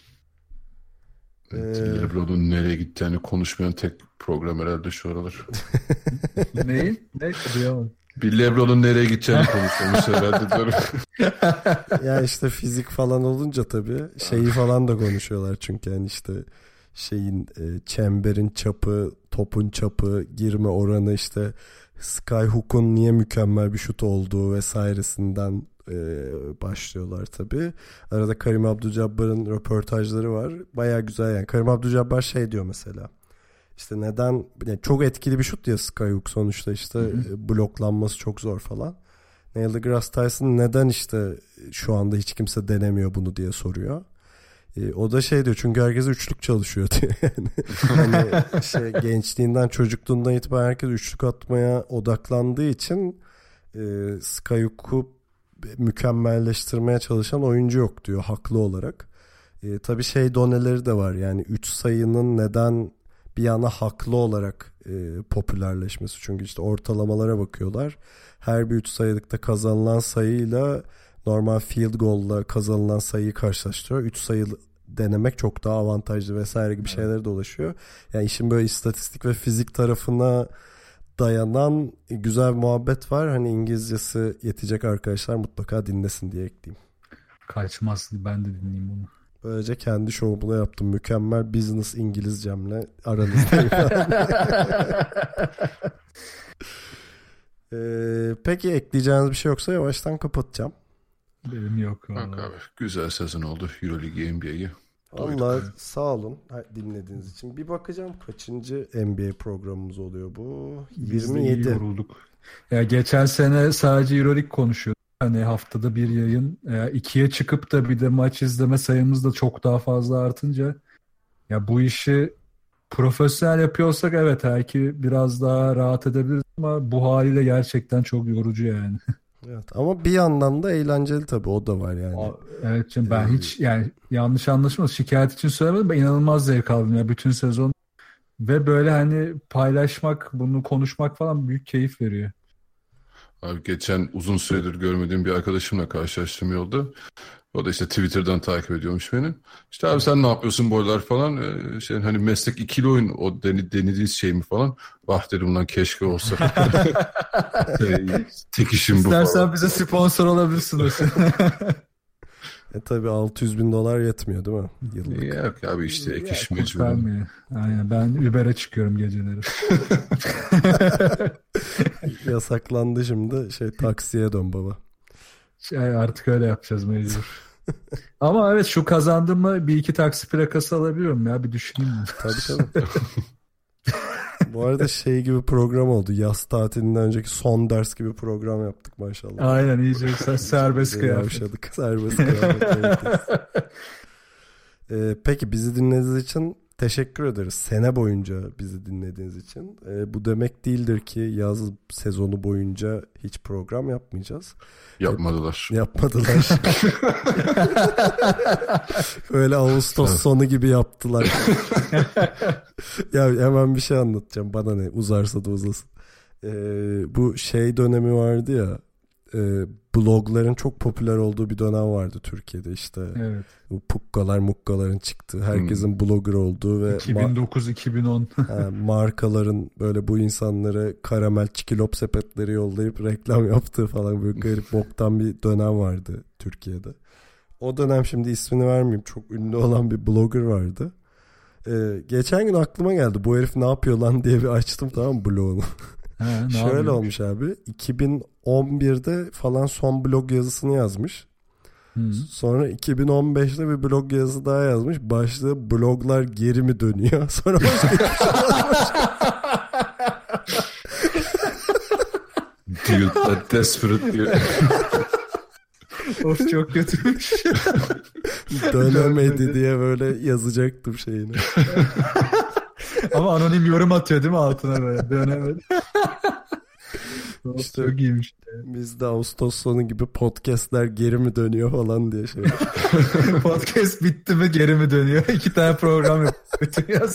Evet, Ee, LeBron'un nereye gittiğini konuşmayan tek program herhalde şu aralar. Neyin? Ne? Duyamadım. Bir LeBron'un nereye gideceğini konuşuyormuş herhalde diyorum. Ya işte fizik falan olunca tabii şeyi falan da konuşuyorlar çünkü yani işte şeyin e, çemberin çapı, topun çapı, girme oranı, işte skyhook'un niye mükemmel bir şut olduğu vesairesinden e, başlıyorlar tabii. Arada Karim Abdul-Jabbar'ın röportajları var. Baya güzel yani. Karim Abdul-Jabbar şey diyor mesela. İşte neden, yani çok etkili bir şut ya skyhook sonuçta, işte hı hı. bloklanması çok zor falan. Neil deGrasse Tyson neden işte şu anda hiç kimse denemiyor bunu diye soruyor. E, o da şey diyor, çünkü herkes üçlük çalışıyor diyor. Yani hani şey, gençliğinden, çocukluğundan itibaren herkes üçlük atmaya odaklandığı için e, skyhook'u mükemmelleştirmeye çalışan oyuncu yok diyor haklı olarak. E, tabii şey doneleri de var, yani üç sayının neden bir yana haklı olarak e, popülerleşmesi. Çünkü işte ortalamalara bakıyorlar. Her bir üç sayılıkta kazanılan sayıyla normal field goal'la kazanılan sayıyı karşılaştırıyor. üç sayı denemek çok daha avantajlı vesaire gibi şeylere dolaşıyor. Yani işin böyle istatistik ve fizik tarafına dayanan güzel bir muhabbet var. Hani İngilizcesi yetecek arkadaşlar mutlaka dinlesin diye ekleyeyim. Kaçmaz, ben de dinleyeyim bunu. Böylece kendi şovumu da yaptım. Mükemmel business İngilizcemle aranızdayım. ee, peki ekleyeceğiniz bir şey yoksa yavaştan kapatacağım. Benim yok. Bak abi, güzel sezon oldu Euroleague, N B A'yi. Allah sağ olun dinlediğiniz için. Bir bakacağım kaçıncı N B A programımız oluyor bu? yirmi yedi. Yorulduk. Ya geçen sene sadece Euroleague konuşuyorduk. Hani haftada bir yayın, ya ikiye çıkıp da bir de maç izleme sayımız da çok daha fazla artınca, ya bu işi profesyonel yapıyorsak evet belki biraz daha rahat edebiliriz ama bu haliyle gerçekten çok yorucu yani. Evet, ama bir yandan da eğlenceli tabii, o da var yani. Evet canım, ben hiç yani yanlış anlaşılmaz, şikayet için söylemedim, ben inanılmaz zevk aldım ya bütün sezon ve böyle hani paylaşmak, bunu konuşmak falan büyük keyif veriyor. Abi geçen uzun süredir görmediğim bir arkadaşımla karşılaştım yolda. O da işte Twitter'dan takip ediyormuş beni. İşte abi sen ne yapıyorsun boylar falan. Ee, şey, hani meslek ikili oyun, o denediğiniz şey mi falan. Vah dedim lan, keşke olsa. Tek işim bu İstersen falan. bize sponsor olabilirsin. E tabii altı yüz bin dolar yetmiyor değil mi? Yıllık. Yok abi, işte ek iş Ya, mecbur. Aynen, ben Uber'e çıkıyorum geceleri. Yasaklandı şimdi, şey taksiye dön baba. Şey, artık öyle yapacağız mecbur. Ama evet, şu kazandığımı bir iki taksi plakası alabiliyorum ya, bir düşüneyim. Tabii tabii. Bu arada şey gibi program oldu. Yaz tatilinden önceki son ders gibi program yaptık maşallah. Aynen iyice serbest kıyafet. Yaşadık serbest kıyafet. ee, peki bizi dinlediğiniz için teşekkür ederiz. Sene boyunca bizi dinlediğiniz için. Ee, bu demek değildir ki yaz sezonu boyunca hiç program yapmayacağız. Yapmadılar. Ee, yapmadılar. Öyle Ağustos sonu gibi yaptılar. Ya hemen bir şey anlatacağım. Bana ne? Uzarsa da uzasın. Ee, bu şey dönemi vardı ya. E, blogların çok popüler olduğu bir dönem vardı Türkiye'de işte. Evet. Bu pukkalar mukkaların çıktığı, herkesin hmm. blogger olduğu ve iki bin dokuz iki bin on ma- markaların böyle bu insanlara karamel çikilop sepetleri yollayıp reklam yaptığı falan böyle garip boktan bir dönem vardı Türkiye'de. O dönem şimdi ismini vermeyeyim, çok ünlü olan bir blogger vardı. Ee, geçen gün aklıma geldi, bu herif ne yapıyor lan diye bir açtım, tamam mı, blogunu. He, şöyle yapıyormuş? olmuş abi, iki bin on birde falan son blog yazısını yazmış. Hı. Sonra iki bin on beşte bir blog yazısı daha yazmış. Başlığı bloglar geri mi dönüyor? Sonra başka bir şey yazmış. Dude, desperate diyor. Of çok kötüymüş. Dönemedi diye böyle yazacaktım şeyini. Ama anonim yorum atıyor değil mi altına böyle? Dönemedi. İşte çok iyiymiş. Biz de Ağustos sonu gibi podcastler geri mi dönüyor falan diye şey. Podcast bitti mi geri mi dönüyor? İki tane program yapıyoruz.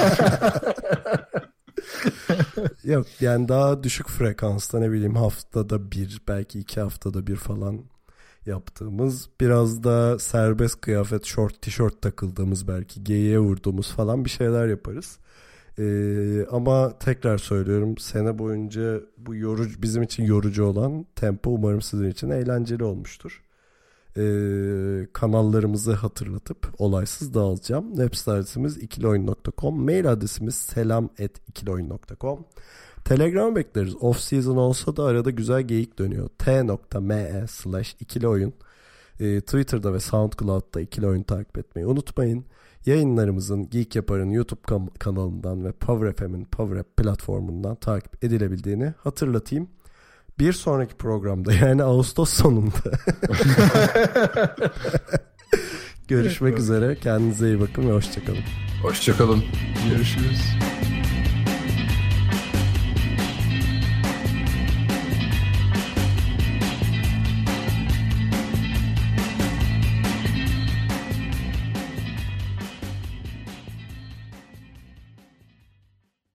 Yok yani daha düşük frekansta, ne bileyim haftada bir, belki iki haftada bir falan yaptığımız, biraz da serbest kıyafet, short tişört takıldığımız, belki geyiğe vurduğumuz falan bir şeyler yaparız. Ee, ama tekrar söylüyorum, sene boyunca bu yorucu, bizim için yorucu olan tempo umarım sizin için eğlenceli olmuştur. Ee, kanallarımızı hatırlatıp olaysız dağılacağım. Web sitemiz ikilioyun nokta com, mail adresimiz selam at ikilioyun nokta com. Telegram bekleriz. Off season olsa da arada güzel geyik dönüyor. t.me slash ikilioyun. Ee, Twitter'da ve SoundCloud'da ikilioyun takip etmeyi unutmayın. Yayınlarımızın Geek Yapar'ın YouTube kam- kanalından ve Power F M'in Power App platformundan takip edilebildiğini hatırlatayım. Bir sonraki programda, yani Ağustos sonunda görüşmek üzere. Kendinize iyi bakın ve hoşçakalın. Hoşçakalın. Görüşürüz.